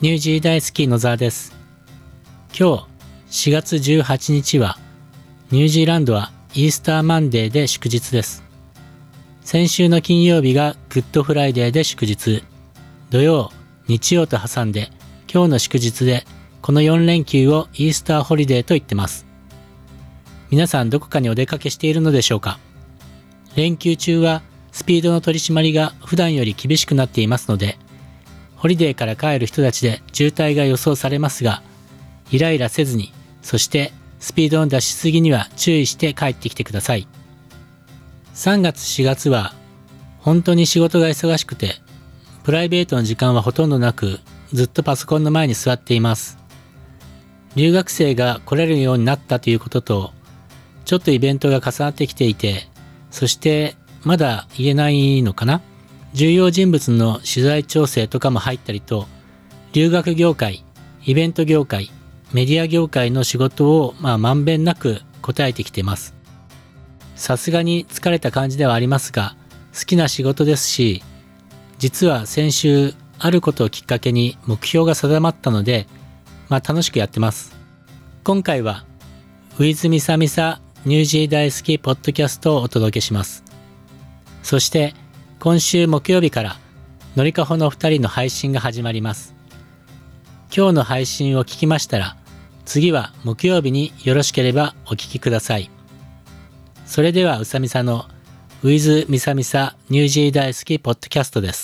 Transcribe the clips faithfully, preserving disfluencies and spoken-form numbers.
ニュージー大好き野沢です。今日しがつじゅうはちにちはニュージーランドはイースターマンデーで祝日です。先週の金曜日がグッドフライデーで祝日、土曜、日曜と挟んで今日の祝日で、このよん連休をイースターホリデーと言ってます。皆さんどこかにお出かけしているのでしょうか。連休中はスピードの取り締まりが普段より厳しくなっていますので、ホリデーから帰る人たちで渋滞が予想されますが、イライラせずに、そしてスピードの出しすぎには注意して帰ってきてください。さんがつしがつは本当に仕事が忙しくて、プライベートの時間はほとんどなく、ずっとパソコンの前に座っています。留学生が来れるようになったということと、ちょっとイベントが重なってきていて、そしてまだ言えないのかな、重要人物の取材調整とかも入ったりと、留学業界、イベント業界、メディア業界の仕事をまあまんべんなく答えてきてます。さすがに疲れた感じではありますが、好きな仕事ですし、実は先週あることをきっかけに目標が定まったので、まあ楽しくやってます。今回は With みさみさニュージー大好きポッドキャストをお届けします。そして今週木曜日からのりかほのふたりの配信が始まります。今日の配信を聞きましたら、次は木曜日によろしければお聞きください。それではうさみさの With みさみさニュージー大好きポッドキャストです。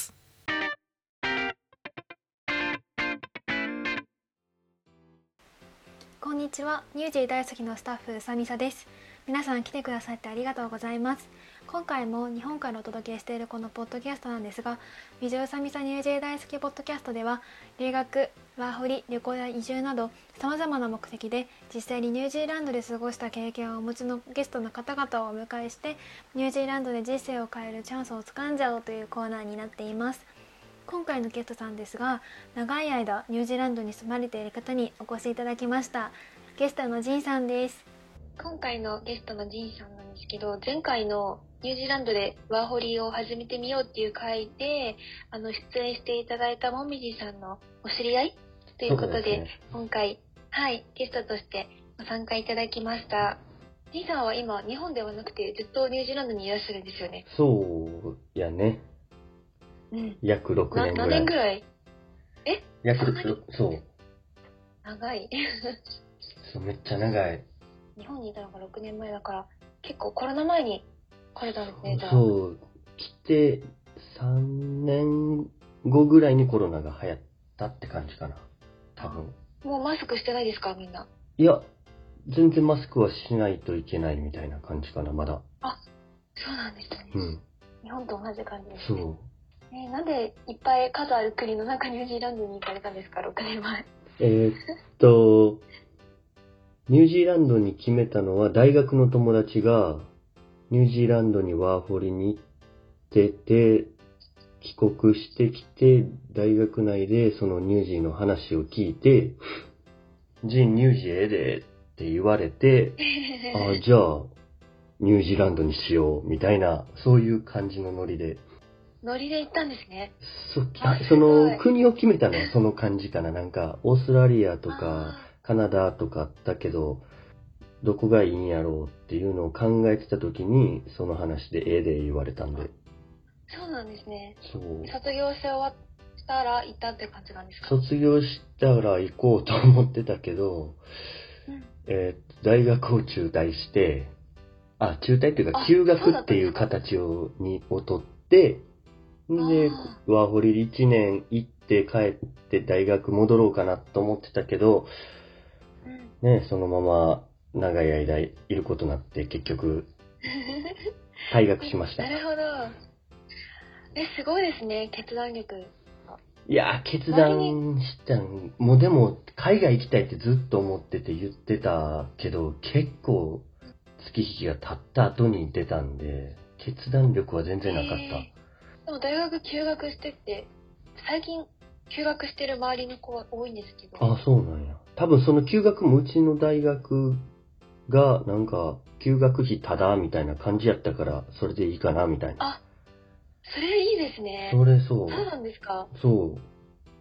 こんにちは、ニュージー大好きのスタッフうさみさです。皆さん来てくださってありがとうございます。今回も日本からお届けしているこのポッドキャストなんですが、ビジュうさみさニュージー大好きポッドキャストでは、留学、ワーホリ、旅行や移住などさまざまな目的で実際にニュージーランドで過ごした経験をお持ちのゲストの方々をお迎えして、ニュージーランドで人生を変えるチャンスをつかんじゃおうというコーナーになっています。今回のゲストさんですが、長い間ニュージーランドに住まれている方にお越しいただきました。ゲストのジンさんです。 今回のゲストのジンさんなんですけど、前回のニュージーランドでワーホリを始めてみようっていう回であの出演していただいたもみじさんのお知り合いということ で, で、ね、今回、はい、ゲストとしてご参加いただきました。ジンさんは今日本ではなくてずっとニュージーランドにいらっしゃるんですよね。 そうやね、うん、約ろくねんぐらい。 何年ぐらい？え約ろく、そう長いそう、めっちゃ長い。 日本にいたのがろくねんまえだから、結構コロナ前に来れたんですね。 そう、来てさんねんごぐらいにコロナが流行ったって感じかな、多分。 もうマスクしてないですか、みんな。 いや、全然マスクはしないといけないみたいな感じかな、まだ。 あ、そうなんですね。 うん。 日本と同じ感じですね。 そう。 えー、なんでいっぱい数ある国の中ニュージーランドに行かれたんですか、ろくねんまえ。 えー、っと、ニュージーランドに決めたのは、大学の友達がニュージーランドにワーホリに行ってて、帰国してきて、大学内でそのニュージーの話を聞いて、ジンニュージーええでって言われて、あ、じゃあニュージーランドにしようみたいな、そういう感じのノリで。 ノリで行ったんですね。 そ、その国を決めたのはその感じかな。なんかオーストラリアとかカナダとかあったけど、どこがいいんやろうっていうのを考えてた時に、その話でええで言われたんで。 そうなんですね。 そう。 卒業し終わったら行ったって感じなんですか？ 卒業したら行こうと思ってたけど、うん、えー、大学を中退して、あ、中退っていうか休学っていう形をにを取って、で、ワーホリいちねん行って帰って大学戻ろうかなと思ってたけど、うん、ね、そのまま長い間いることになって結局退学しました。 なるほど。え、すごいですね、決断力。 いや、決断したん、もうでも海外行きたいってずっと思ってて言ってたけど、結構月日が経った後に出たんで、決断力は全然なかった。 でも大学休学してって、最近休学してる周りの子は多いんですけど。 あ、そうなんや。多分その休学もうちの大学がなんか休学費タダみたいな感じやったから、それでいいかなみたいな。 あ、それいいですね。 それそう。 そうなんですか。 そう。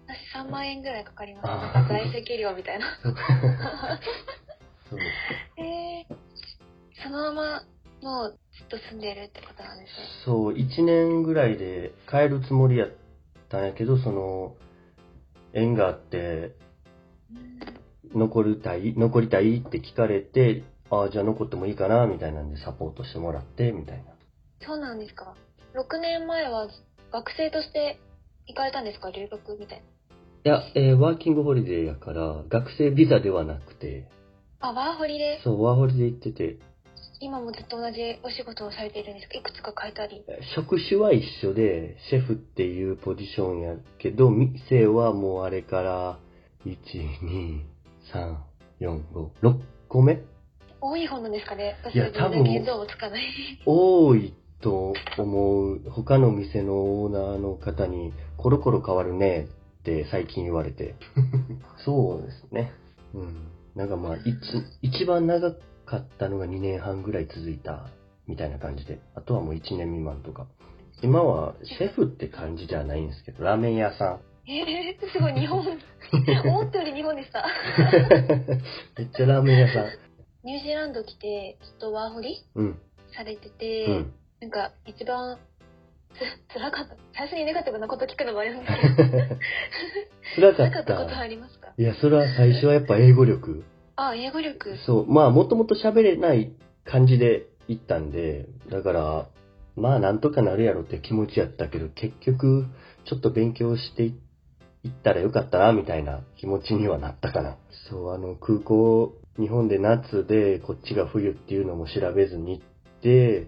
私さんまんえんぐらいかかりましあた。在籍料みたいな。 そうえー、そのままもうずっと住んでるってことなんですね。 そう、いちねんぐらいで帰るつもりやったんやけど、その、縁があって、残りたい、残りたいって聞かれて、ああ、じゃあ残ってもいいかな、みたいなんでサポートしてもらって、みたいな。 そうなんですか。ろくねんまえは学生として行かれたんですか、留学みたいな。 いや、えーワーキングホリデーやから、学生ビザではなくて、 あ、ワーホリで、 そう、ワーホリで行ってて、 今もずっと同じお仕事をされているんですか？いくつか変えたり。 職種は一緒で、シェフっていうポジションやけど、店はもうあれから、いち、に、さん、よん、ご、ろっこめ多い方なんですかね。私いやは全然見当もつかない。 多いと思う。他の店のオーナーの方に、コロコロ変わるねって最近言われて。そうですね。うん。なんかまあ、一、一番長かったのがにねんはんぐらい続いたみたいな感じで。あとはもういちねん未満とか。今はシェフって感じじゃないんですけど、ラーメン屋さん。 えー、すごい日本。思ったより日本でした。 めっちゃラーメン屋さん。 ニュージーランド来てずっとワーホリうん。 されてて、 うん。 なんか一番つ辛かった。最初にネガティブなこと聞くのもあれなんですけど。 辛かっ辛かったことはあた。 りますか？ いや、それは最初はやっぱ英語力。 あ、英語力。 そう、まあ、もともと喋れない感じで行ったんで、だから、まあ、なんとかなるやろって気持ちやったけど、結局、ちょっと勉強していったらよかったな、みたいな気持ちにはなったかな。そう、あの、空港、日本で夏で、こっちが冬っていうのも調べずに行って、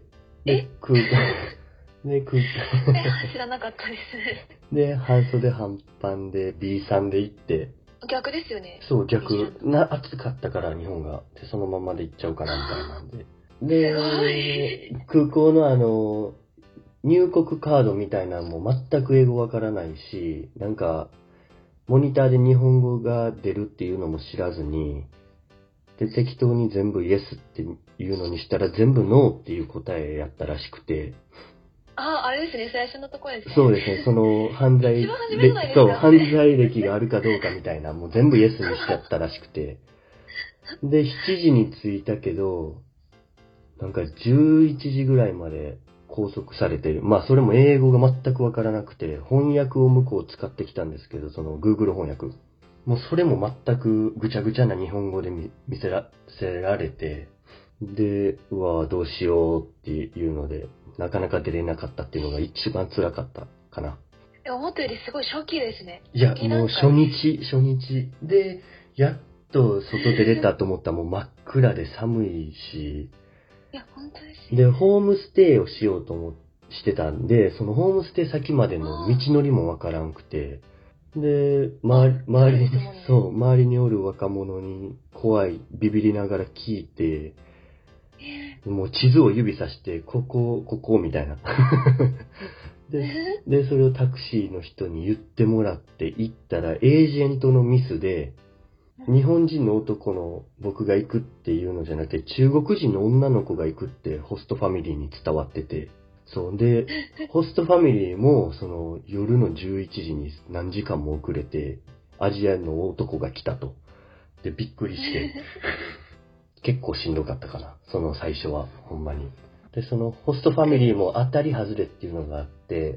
で、空港、で、空港、 え、知らなかったですね。 で、半袖半パンで ビースリー で行って、 逆ですよね。 そう、逆、な、暑かったから日本が。で、そのままで行っちゃうかな、みたいなんで。で、空港のあの、入国カードみたいなのも全く英語わからないし、なんか、モニターで日本語が出るっていうのも知らずに、で、適当に全部イエスっていうのにしたら全部ノーっていう答えやったらしくて、 あ、あれですね、最初のところですね。 そうですね、その犯罪、 一番初めのやつだそう、犯罪歴があるかどうかみたいな、もう全部イエスにしちゃったらしくて。で、しちじに着いたけど、なんかじゅういちじぐらいまで拘束されてる。まあそれも英語が全くわからなくて、翻訳を向こう使ってきたんですけど、その Google 翻訳。もうそれも全くぐちゃぐちゃな日本語で見見せらせられて、で、うわどうしようっていうので、なかなか出れなかったっていうのが一番辛かったかな。 え、思ったよりすごい初期ですね。 いや、 初期段階もう初日、初日。で、やっと外出れたと思ったらもう真っ暗で寒いし、 いや、本当ですよ。 で、ホームステイをしようと思してたんで、そのホームステイ先までの道のりもわからんくて、で、周り、周りに、そう、周りにおる若者に怖い、ビビりながら聞いて、もう地図を指さして、ここ、ここ、みたいな。で、で、それをタクシーの人に言ってもらって行ったら、エージェントのミスで、日本人の男の僕が行くっていうのじゃなくて、中国人の女の子が行くってホストファミリーに伝わってて、そう。で、ホストファミリーも、その、夜のじゅういちじに何時間も遅れて、アジアの男が来たと。で、びっくりして、結構しんどかったかな。その最初は、ほんまに。で、その、ホストファミリーも当たり外れっていうのがあって、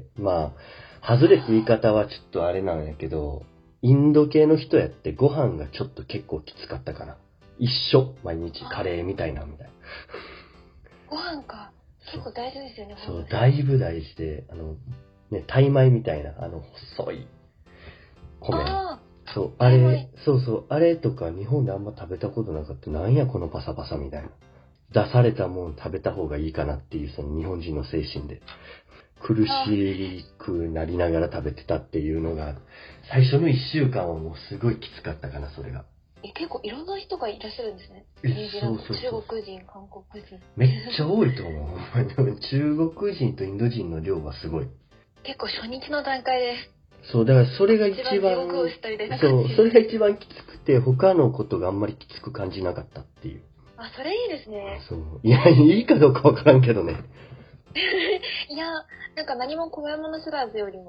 まあ、外れって言い方はちょっとあれなんやけど、インド系の人やってご飯がちょっと結構きつかったかな。一緒。毎日カレーみたいな、みたいな。 ご飯か。結構大事ですよね、 そう、 ほんとにだいぶ大事で、あの、ね、タイ米みたいな、あの、細い米。 あそう、あタイ米れ、そうそう、あれとか日本であんま食べたことなかった。なんやこのパサパサみたいな。出されたもん食べた方がいいかなっていう、その日本人の精神で。苦しくなりながら食べてたっていうのが、最初の一週間はもうすごいきつかったかな、それが。 え、結構いろんな人がいらっしゃるんですね。 えニュージーランド、 そうそうそう中国人、韓国人。 めっちゃ多いと思う。ほんまにでも中国人とインド人の量はすごい。 結構初日の段階で、 そう、だからそれが一番、 一番地獄を知ったみたいなそう、 感じ。 それが一番きつくて、他のことがあんまりきつく感じなかったっていう。 あ、それいいですね。 そう。いや、いいかどうかわからんけどね。 いや、なんか何も怖いもの知らずよりも、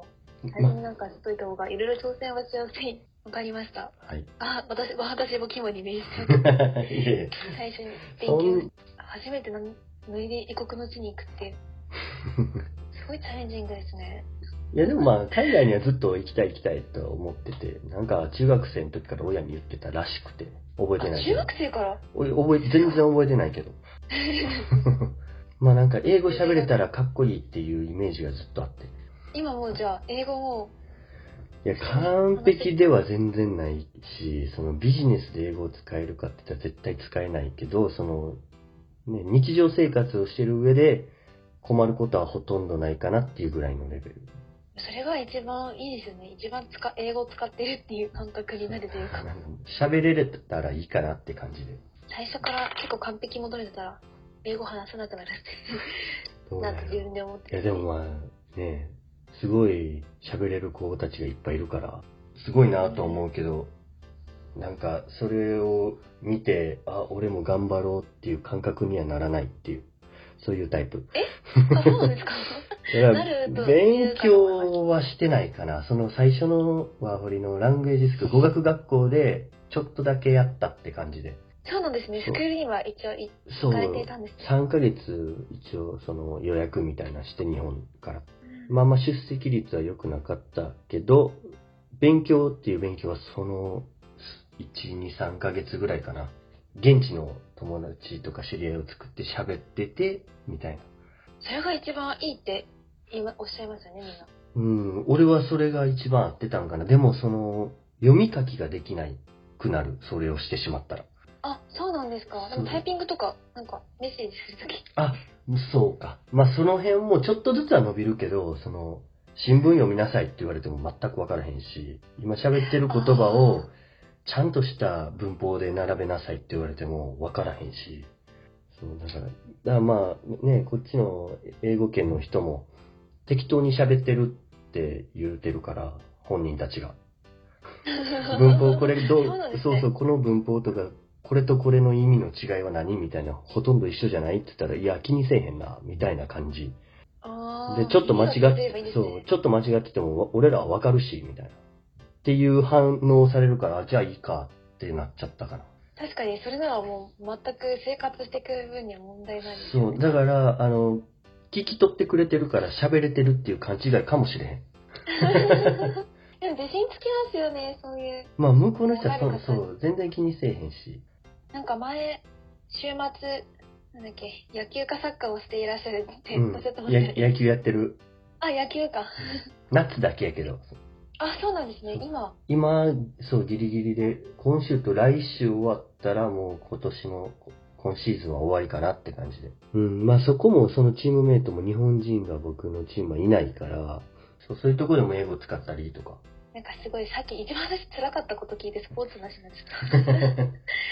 最初になんかしといた方がいろいろ挑戦はしやすい。わかりました。 はい。 あ、私、私も肝に銘じて最初に勉強初めての脱いで異国の地に行くってすごいチャレンジングですね。 いやでもまあ海外にはずっと行きたい行きたいと思ってて、なんか中学生の時から親に言ってたらしくて、覚えてないけど。 中学生から？ 覚え全然覚えてないけど。まあなんか英語喋れたらかっこいいっていうイメージがずっとあって。 今もうじゃあ英語もいや完璧では全然ないし、そのビジネスで英語を使えるかって言ったら絶対使えないけど、そのね、日常生活をしてる上で困ることはほとんどないかなっていうぐらいのレベル。 それが一番いいですよね。一番使英語を使ってるっていう感覚になるというか。 喋れたらいいかなって感じで。 最初から結構完璧求めてたら英語話せなくなるってなんか自分で思ってて。 いやでもまあね、すごい喋れる子たちがいっぱいいるからすごいなと思うけど、うん、なんかそれを見て、あ、俺も頑張ろうっていう感覚にはならないっていう、そういうタイプ。 え？あ、そうなんですか？ だから勉強はしてないかな。その最初のワーホリのラングエージスクール語学学校でちょっとだけやったって感じで。 そうなんですね。スクールには一応行かれていたんですね。 さんかげつ一応その予約みたいなして日本から。まあまあ出席率は良くなかったけど、勉強っていう勉強はそのいち、に、さんかげつぐらいかな。現地の友達とか知り合いを作って喋っててみたいな。 それが一番いいって今おっしゃいますよね、みんな。 うん、俺はそれが一番合ってたんかな。でもその読み書きができないくなる、それをしてしまったら。 あ、そうなんですか。でもタイピングとかなんかメッセージするとき。 あ、そうか。まあその辺もちょっとずつは伸びるけど、その新聞読みなさいって言われても全く分からへんし、今喋ってる言葉をちゃんとした文法で並べなさいって言われても分からへんし。そうだから、だからまあね、こっちの英語圏の人も適当に喋ってるって言うてるから、本人たちが。文法これどう、そうなんですね。そうそう、この文法とか、これとこれの意味の違いは何みたいな、ほとんど一緒じゃないって言ったら、いや、気にせえへんな、みたいな感じ。 あで、ちょっと間違って、いいね、そう、ちょっと間違ってても、俺らはわかるし、みたいな。っていう反応をされるから、じゃあいいかってなっちゃったかな。 確かに、それならもう全く生活していく分には問題ないですよね。 そう、だから、あの、聞き取ってくれてるから喋れてるっていう勘違いかもしれへん。 でも自信つきますよね、そういう。 まあ向こうの人はそう、そう、全然気にせえへんし。 なんか前、週末、なんだっけ、野球かサッカーをしていらっしゃるっておっしゃってましたね。野球やってる。 あ、野球か。 夏だけやけど。 あ、そうなんですね、今。 今、そう、ギリギリで、今週と来週終わったらもう今年の、今シーズンは終わりかなって感じで。うん、まあそこもそのチームメイトも日本人が僕のチームはいないから、そう、そういうところでも英語使ったりとか。 なんかすごいさっき一番私辛かったこと聞いてスポーツの話になっちゃった。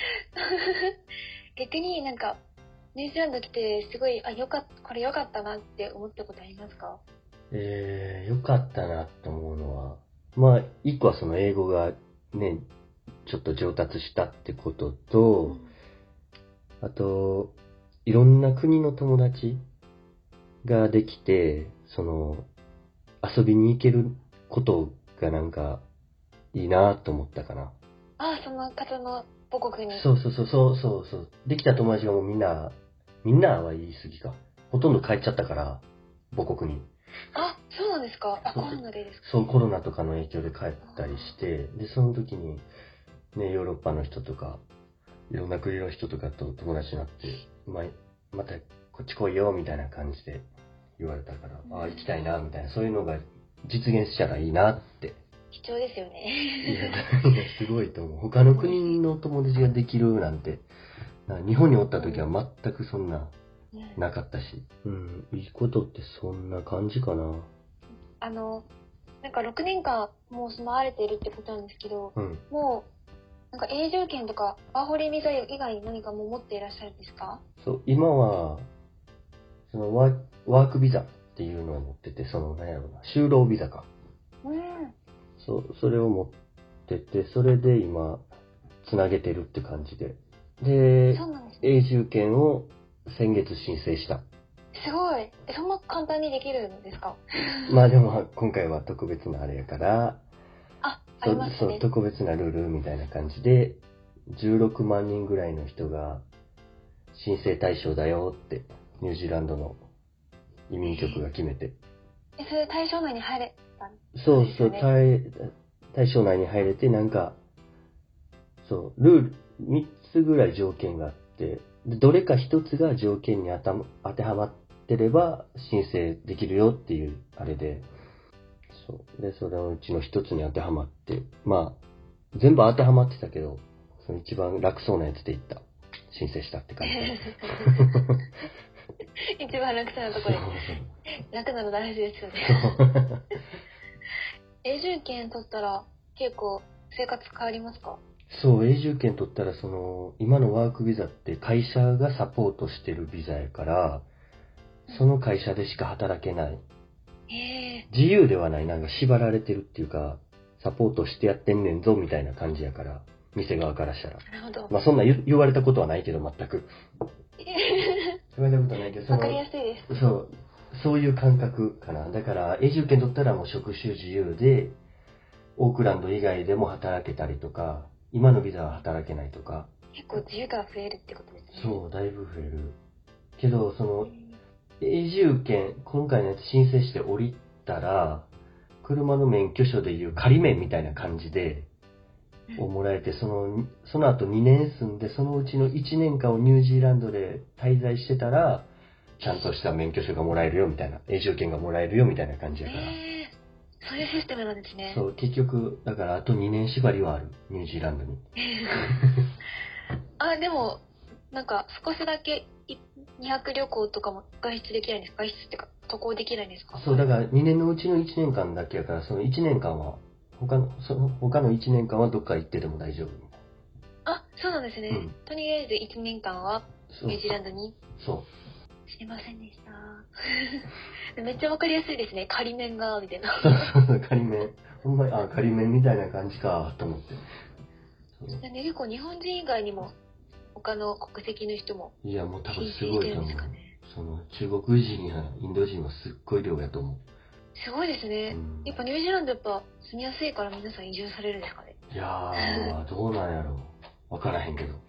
逆になんかニュージーランド来てすごい、あ、よかった、これよかったなって思ったことありますか？ えー、よかったなと思うのは、まあ一個はその英語がね、ちょっと上達したってことと、うん、あと、いろんな国の友達ができて、その、遊びに行けることがなんか、いいなと思ったかな。 ああ、その方の母国に。 そうそうそうそうそうそう。できた友達がもうみんな、みんなは言い過ぎか。ほとんど帰っちゃったから、母国に。 あ、そうなんですか。あ、コロナでですか。 そう、コロナとかの影響で帰ったりして、で、その時に、ね、ヨーロッパの人とか、いろんな国の人とかと友達になって、まあ、またこっち来いよ、みたいな感じで言われたから、うん、ああ、行きたいな、みたいな、そういうのが実現したらいいなって。 貴重ですよね。 いや、いやすごいと思う。他の国の友達ができるなんて、日本におった時は全くそんな、なかったし。うん、いいことってそんな感じかな。 あの、なんかろくねんかんもう住まわれているってことなんですけど、うん、もう、なんか永住権とかワーホリビザ以外に何かもう持っていらっしゃるんですか？ そう、今は、そのワー、ワークビザっていうのを持ってて、その、なんやろうな、就労ビザか。 うん。 そう、それを持ってて、それで今、つなげてるって感じで。で、 そうなんですね。 永住権を先月申請した。 すごい。え、そんな簡単にできるんですか？ まあでも今回は特別なあれやから、 あ、あそう、 りますね。 そう、特別なルールみたいな感じで、じゅうろくまんにんぐらいの人が申請対象だよってニュージーランドの移民局が決めて。 え、それ対象内に入れたんですそうそう、 よね。 対、対象内に入れて、なんか、そう、ルール、みっつぐらい条件があって、でどれかひとつが条件に当た当てはまってれば申請できるよっていうあれで、そう。で、それのうちのひとつに当てはまって、まあ、全部当てはまってたけど、その一番楽そうなやつでいった。申請したって感じで。 一番楽そうなところで。楽なの大事ですよね。永住権取ったら結構生活変わりますか？ そう、永住権取ったら、その、今のワークビザって会社がサポートしてるビザやから、その会社でしか働けない。 へ自由ではない、なんか縛られてるっていうか、サポートしてやってんねんぞみたいな感じやから、店側からしたら。 なるほど。 まあそんな言言われたことはないけど、全く。言われたことはないけど、その、 わかりやすいです。 そう、そういう感覚かな。だから、永住権取ったらもう職種自由で、オークランド以外でも働けたりとか、今のビザは働けないとか。 結構自由が増えるってことですね。 そう、だいぶ増える。けど、その、永住権、今回のやつ申請して降りたら、車の免許証でいう仮免みたいな感じで、をもらえて、その、その後にねん住んで、そのうちのいちねんかんをニュージーランドで滞在してたら、ちゃんとした免許証がもらえるよみたいな、永住権がもらえるよみたいな感じやから。 えー、そういうシステムなんですね。 そう、結局、だからあとにねん縛りはある、ニュージーランドに。 あ、でも、なんか少しだけいにはく旅行とかも外出できないんですか？外出ってか、渡航できないんですか？ そう、だからにねんのうちのいちねんかんだけやから、そのいちねんかんは、他の、その他のいちねんかんはどっか行ってても大丈夫みたいな。 あ、そうなんですね。 うんとりあえずいちねんかんはそうニュージーランドに。 そ知りませんでした。めっちゃわかりやすいですね。仮面が、みたいな。 う。仮面。ほんまに、あ、仮面みたいな感じか、と思って。そうね、結構日本人以外にも他の国籍の人もいや、もう多分申す請してるんごいと思う。 ですかね。 その、中国人やインド人はすっごい量やと思う。 すごいですね。 うんやっぱニュージーランドやっぱ住みやすいから皆さん移住されるんですかね。 いやー、どうなんやろう。わからへんけど。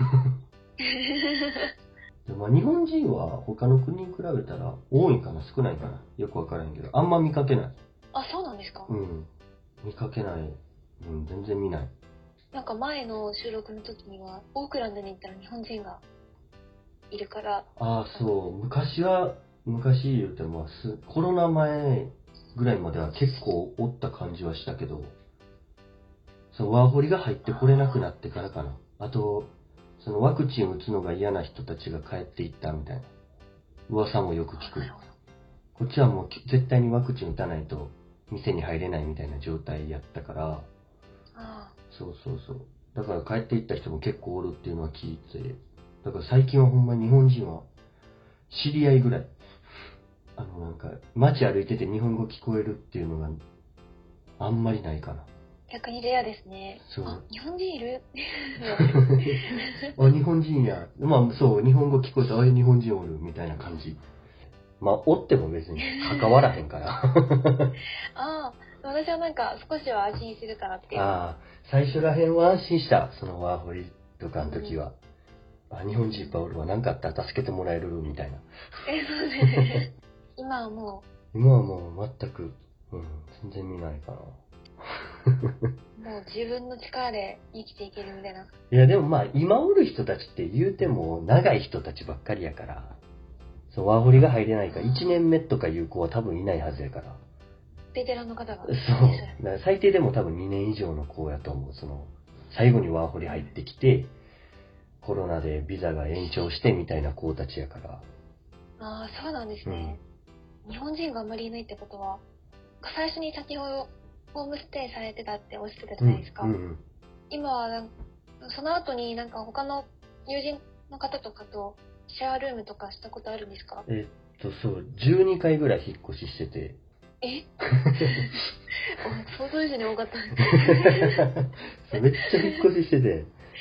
でまあ、日本人は他の国に比べたら多いかな少ないかなよくわからへんけど、あんま見かけない。 あ、そうなんですか。 うん。見かけない。うん、全然見ない。 なんか前の収録の時にはオークランドに行ったら日本人がいるから。 ああ、そう。昔は、昔言うてもす、コロナ前ぐらいまでは結構おった感じはしたけど、そのワーホリが入ってこれなくなってからかな。あと、そのワクチン打つのが嫌な人たちが帰っていったみたいな噂もよく聞く。 なるほど。 こっちはもう絶対にワクチン打たないと店に入れないみたいな状態やったから、 あそうそうそう。だから帰っていった人も結構おるっていうのは聞いて、だから最近はほんまに日本人は知り合いぐらい、あのなんか街歩いてて日本語聞こえるっていうのがあんまりないかな。 逆にレアですね。 そうあ、日本人いるあ、日本人や。まあそう、日本語聞こえたら、あ、日本人おるみたいな感じ。まあ、おっても別に関わらへんから。 ああ、私はなんか少しは安心するかなっていう。 ああ、最初らへんは安心した。そのワーホリとかの時は。うん、あ、日本人いっぱいおるわ。なんかあったら助けてもらえるみたいな。 え、そうですね。今はもう。今はもう全く、うん、全然見ないかな。 もう自分の力で生きていけるみたいな。 いやでもまあ今おる人たちって言うても長い人たちばっかりやから、そうワーホリが入れないからいちねんめとかいう子は多分いないはずやから。 ベテランの方が。 そう。だから最低でも多分にねん以上の子やと思う。その最後にワーホリ入ってきて、コロナでビザが延長してみたいな子たちやから。 ああ、そうなんですね。うん、日本人があんまりいないってことは、最初に先ほどホームステイされてたっておっしゃってたじゃないですか。うんうん、今はなんその後になんか他の友人の方とかとシェアルームとかしたことあるんですか？ えっとそうじゅうにかいぐらい引っ越ししてて。 え想像以上に多かった。 めっちゃ引っ越ししてて、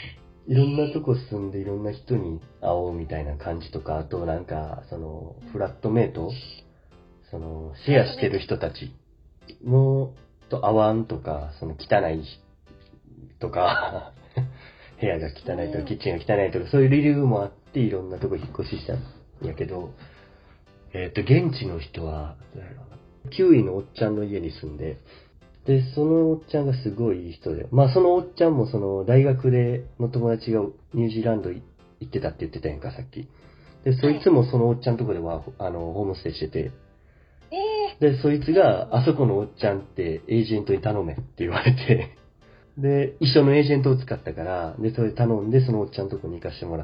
いろんなとこ住んでいろんな人に会おうみたいな感じとか、あとなんか、その、フラットメイト、その、シェアしてる人たちの、と会わんとか、その汚いとか、部屋が汚いとか、キッチンが汚いとか、そういう理由もあっていろんなとこ引っ越ししたんやけど、えっと、現地の人は、どうやろうな、キウイのおっちゃんの家に住んで、で、そのおっちゃんがすごいいい人で、まあそのおっちゃんもその大学での友達がニュージーランド行ってたって言ってたやんか、さっき。で、そいつもそのおっちゃんとこでは、あの、ホームステイしてて、で、そいつが、あそこのおっちゃんってエージェントに頼めって言われて、で、一緒のエージェントを使ったから、で、それ頼んで、そのおっちゃんとこに行かしてもらって、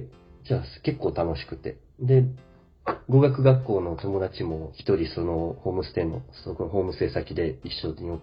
じゃあ結構楽しくて。で、語学学校の友達も一人そのホームステイの、そこのホームステイ先で一緒におって、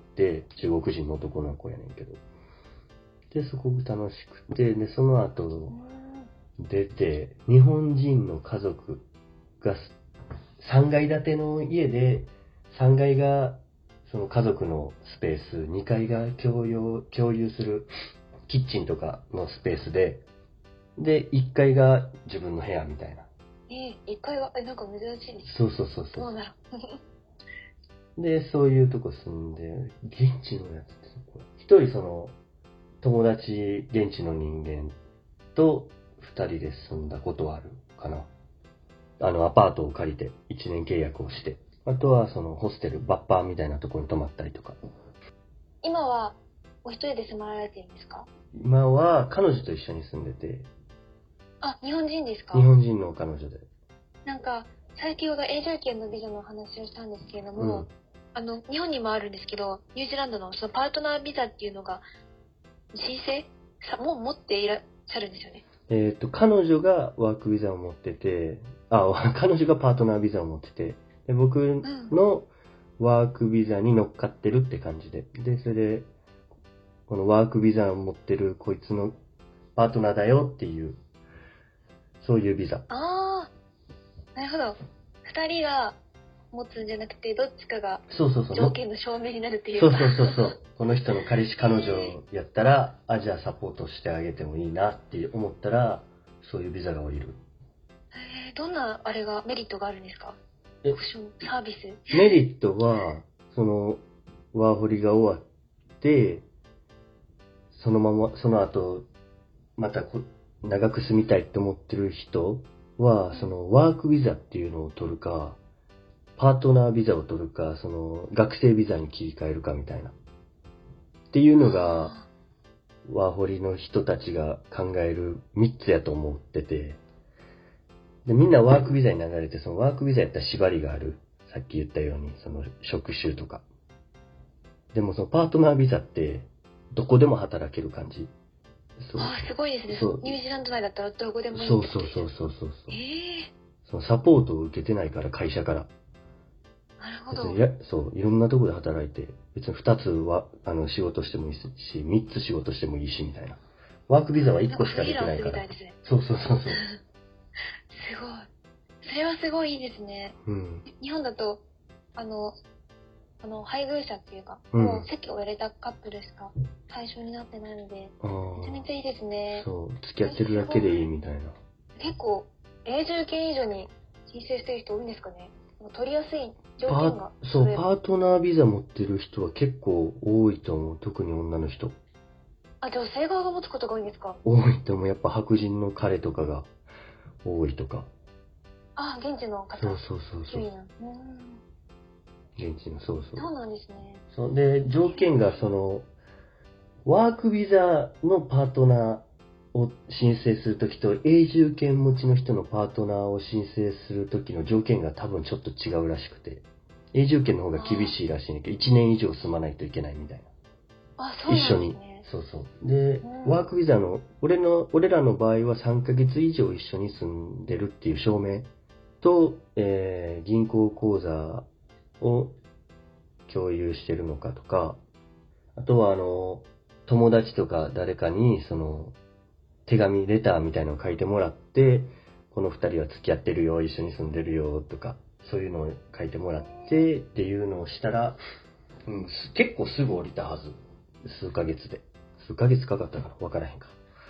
中国人の男の子やねんけど。で、そこ楽しくて、で、その後、出て、日本人の家族がさんがい建ての家で、さんがいがその家族のスペース、にかいが共用、共有するキッチンとかのスペースで、で、いっかいが自分の部屋みたいな。 えー、いっかいは、え、なんか珍しいです。 そうそうそうそう。 どうだろう。 で、そういうとこ住んで、現地のやつって一人その、友達、現地の人間と二人で住んだことはあるかな。あの、アパートを借りて一年契約をして。あとはその、ホステル、バッパーみたいなところに泊まったりとか。 今は、お一人で住まられてるんですか？ 今は彼女と一緒に住んでて。 あ、日本人ですか？ 日本人の彼女で。 なんか、先ほど永住権のビザの話をしたんですけれども、 うん、 あの、日本にもあるんですけど、ニュージーランドのそのパートナービザっていうのが、申請さもう持っていらっしゃるんですよね。 えっと、彼女がワークビザを持ってて、あ、彼女がパートナービザを持ってて、で僕のワークビザに乗っかってるって感じで。で、それで、このワークビザを持ってるこいつのパートナーだよっていう、そういうビザ。 ああ、なるほど。二人が持つんじゃなくて、どっちかがそうそうそう。 条件の証明になるっていうか。 そうそうそうそう。この人の彼氏彼女やったら、あ、じゃあサポートしてあげてもいいなって思ったら、そういうビザが降りる。 えー、どんなあれが、メリットがあるんですか？ えオプション、サービス。 メリットは、その、ワーホリが終わって、そのまま、その後、またこ長く住みたいって思ってる人は、そのワークビザっていうのを取るか、パートナービザを取るか、その学生ビザに切り替えるかみたいな。っていうのが、ワーホリの人たちが考えるみっつやと思ってて、で、みんなワークビザに流れて、そのワークビザやったら縛りがある。さっき言ったように、その職種とか。でもそのパートナービザって、どこでも働ける感じ。 そう。ああ、すごいですね。 そう。 ニュージーランド内だったらどこでもいい。 そうそうそうそうそう。 ええー。そのサポートを受けてないから、会社から。 なるほど。 いや、そう、いろんなとこで働いて、別にふたつは、あの、仕事してもいいし、みっつ仕事してもいいし、みたいな。ワークビザはいっこしかできないから。 なんかフリーランスみたいですね。 そうそうそうそう。 すごい。それはすごいいいですね。 うん。 日本だと、あの、あの配偶者っていうか、 うん、 もう籍を入れたカップルしか対象になってないので、めちゃめちゃいいですね。 そう、付き合ってるだけでいいみたいな。 結構、永住権以上に申請してる人多いんですかね。取りやすい条件が。 そう、パートナービザ持ってる人は結構多いと思う。特に女の人。 あ、女性側が持つことが多いんですか？ 多いと思う。やっぱ白人の彼とかが多いとか。 あ、現地の方。 そうそうそうそう。 いいな。うん現地の、そうそう。 そうなんですね。 そうで、条件がその、ワークビザのパートナーを申請するときと、永住権持ちの人のパートナーを申請するときの条件が多分ちょっと違うらしくて、永住権の方が厳しいらしいねんけど、いちねん以上住まないといけないみたいな。 あ、そうなんですね。 一緒に。そうそう。で、うん、ワークビザの、俺の、俺らの場合はさんかげつ以上一緒に住んでるっていう証明と、えー、銀行口座を共有してるのかとか、あとはあの、友達とか誰かにその、手紙、レターみたいなのを書いてもらって、この二人は付き合ってるよ、一緒に住んでるよ、とか、そういうのを書いてもらってっていうのをしたら、うん、結構すぐ降りたはず。数ヶ月で。数ヶ月かかったかなわからへんか。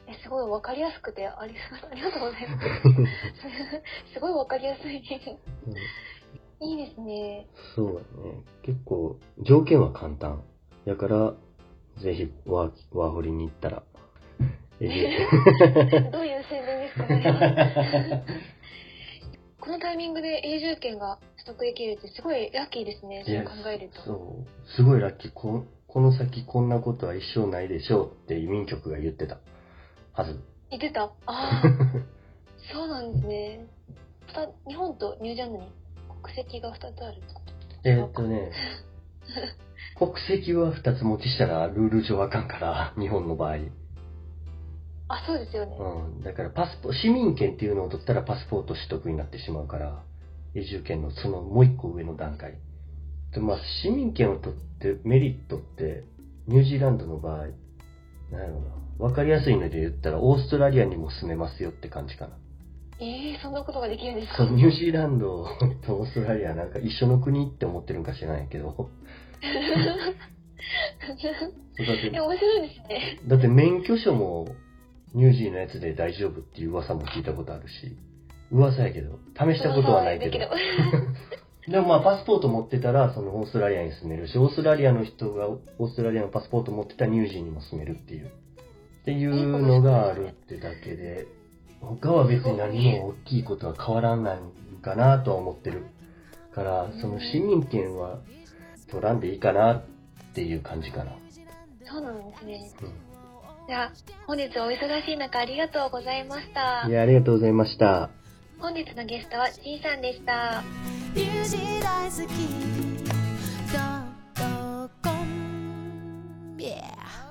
えすごいわかりやすくてありありがとうございますすごいわかりやすい、うん、いいですね。 そうだね。結構条件は簡単やからぜひワーワーホリに行ったらどういう宣伝ですかねこのタイミングで永住権が取得できるってすごいラッキーですね。そう考えると。 そう、すごいラッキー。こ、この先こんなことは一生ないでしょうって移民局が言ってたはず。 言ってた。ああ、そうなんですね。日本とニュージーランドに国籍がふたつあるってこと？ えーっとね、国籍はふたつ持ちしたらルール上あかんから、日本の場合。 あ、そうですよね。 うん。だからパスポ、市民権っていうのを取ったらパスポート取得になってしまうから、永住権のそのもう一個上の段階。で、まあ、市民権を取ってメリットって、ニュージーランドの場合、なんやろうな。わかりやすいので言ったら、オーストラリアにも住めますよって感じかな。 ええー、そんなことができるんですか？ そう、ニュージーランドとオーストラリアなんか一緒の国って思ってるんか知らないけど。 え、面白いですね。 だって免許証もニュージーのやつで大丈夫っていう噂も聞いたことあるし、噂やけど、試したことはないけど。でもまあパスポート持ってたら、そのオーストラリアに住めるし、オーストラリアの人がオーストラリアのパスポート持ってたらニュージーにも住めるっていう。っていうのがあるってだけで、他は別に何も大きいことは変わらないかなとは思ってるから、その市民権は取らんでいいかなっていう感じかな。 そうなんですね。うん、じゃあ、本日お忙しい中ありがとうございました。 いや、ありがとうございました。 本日のゲストは G さんでした。 ミュージー大好きドットコム、yeah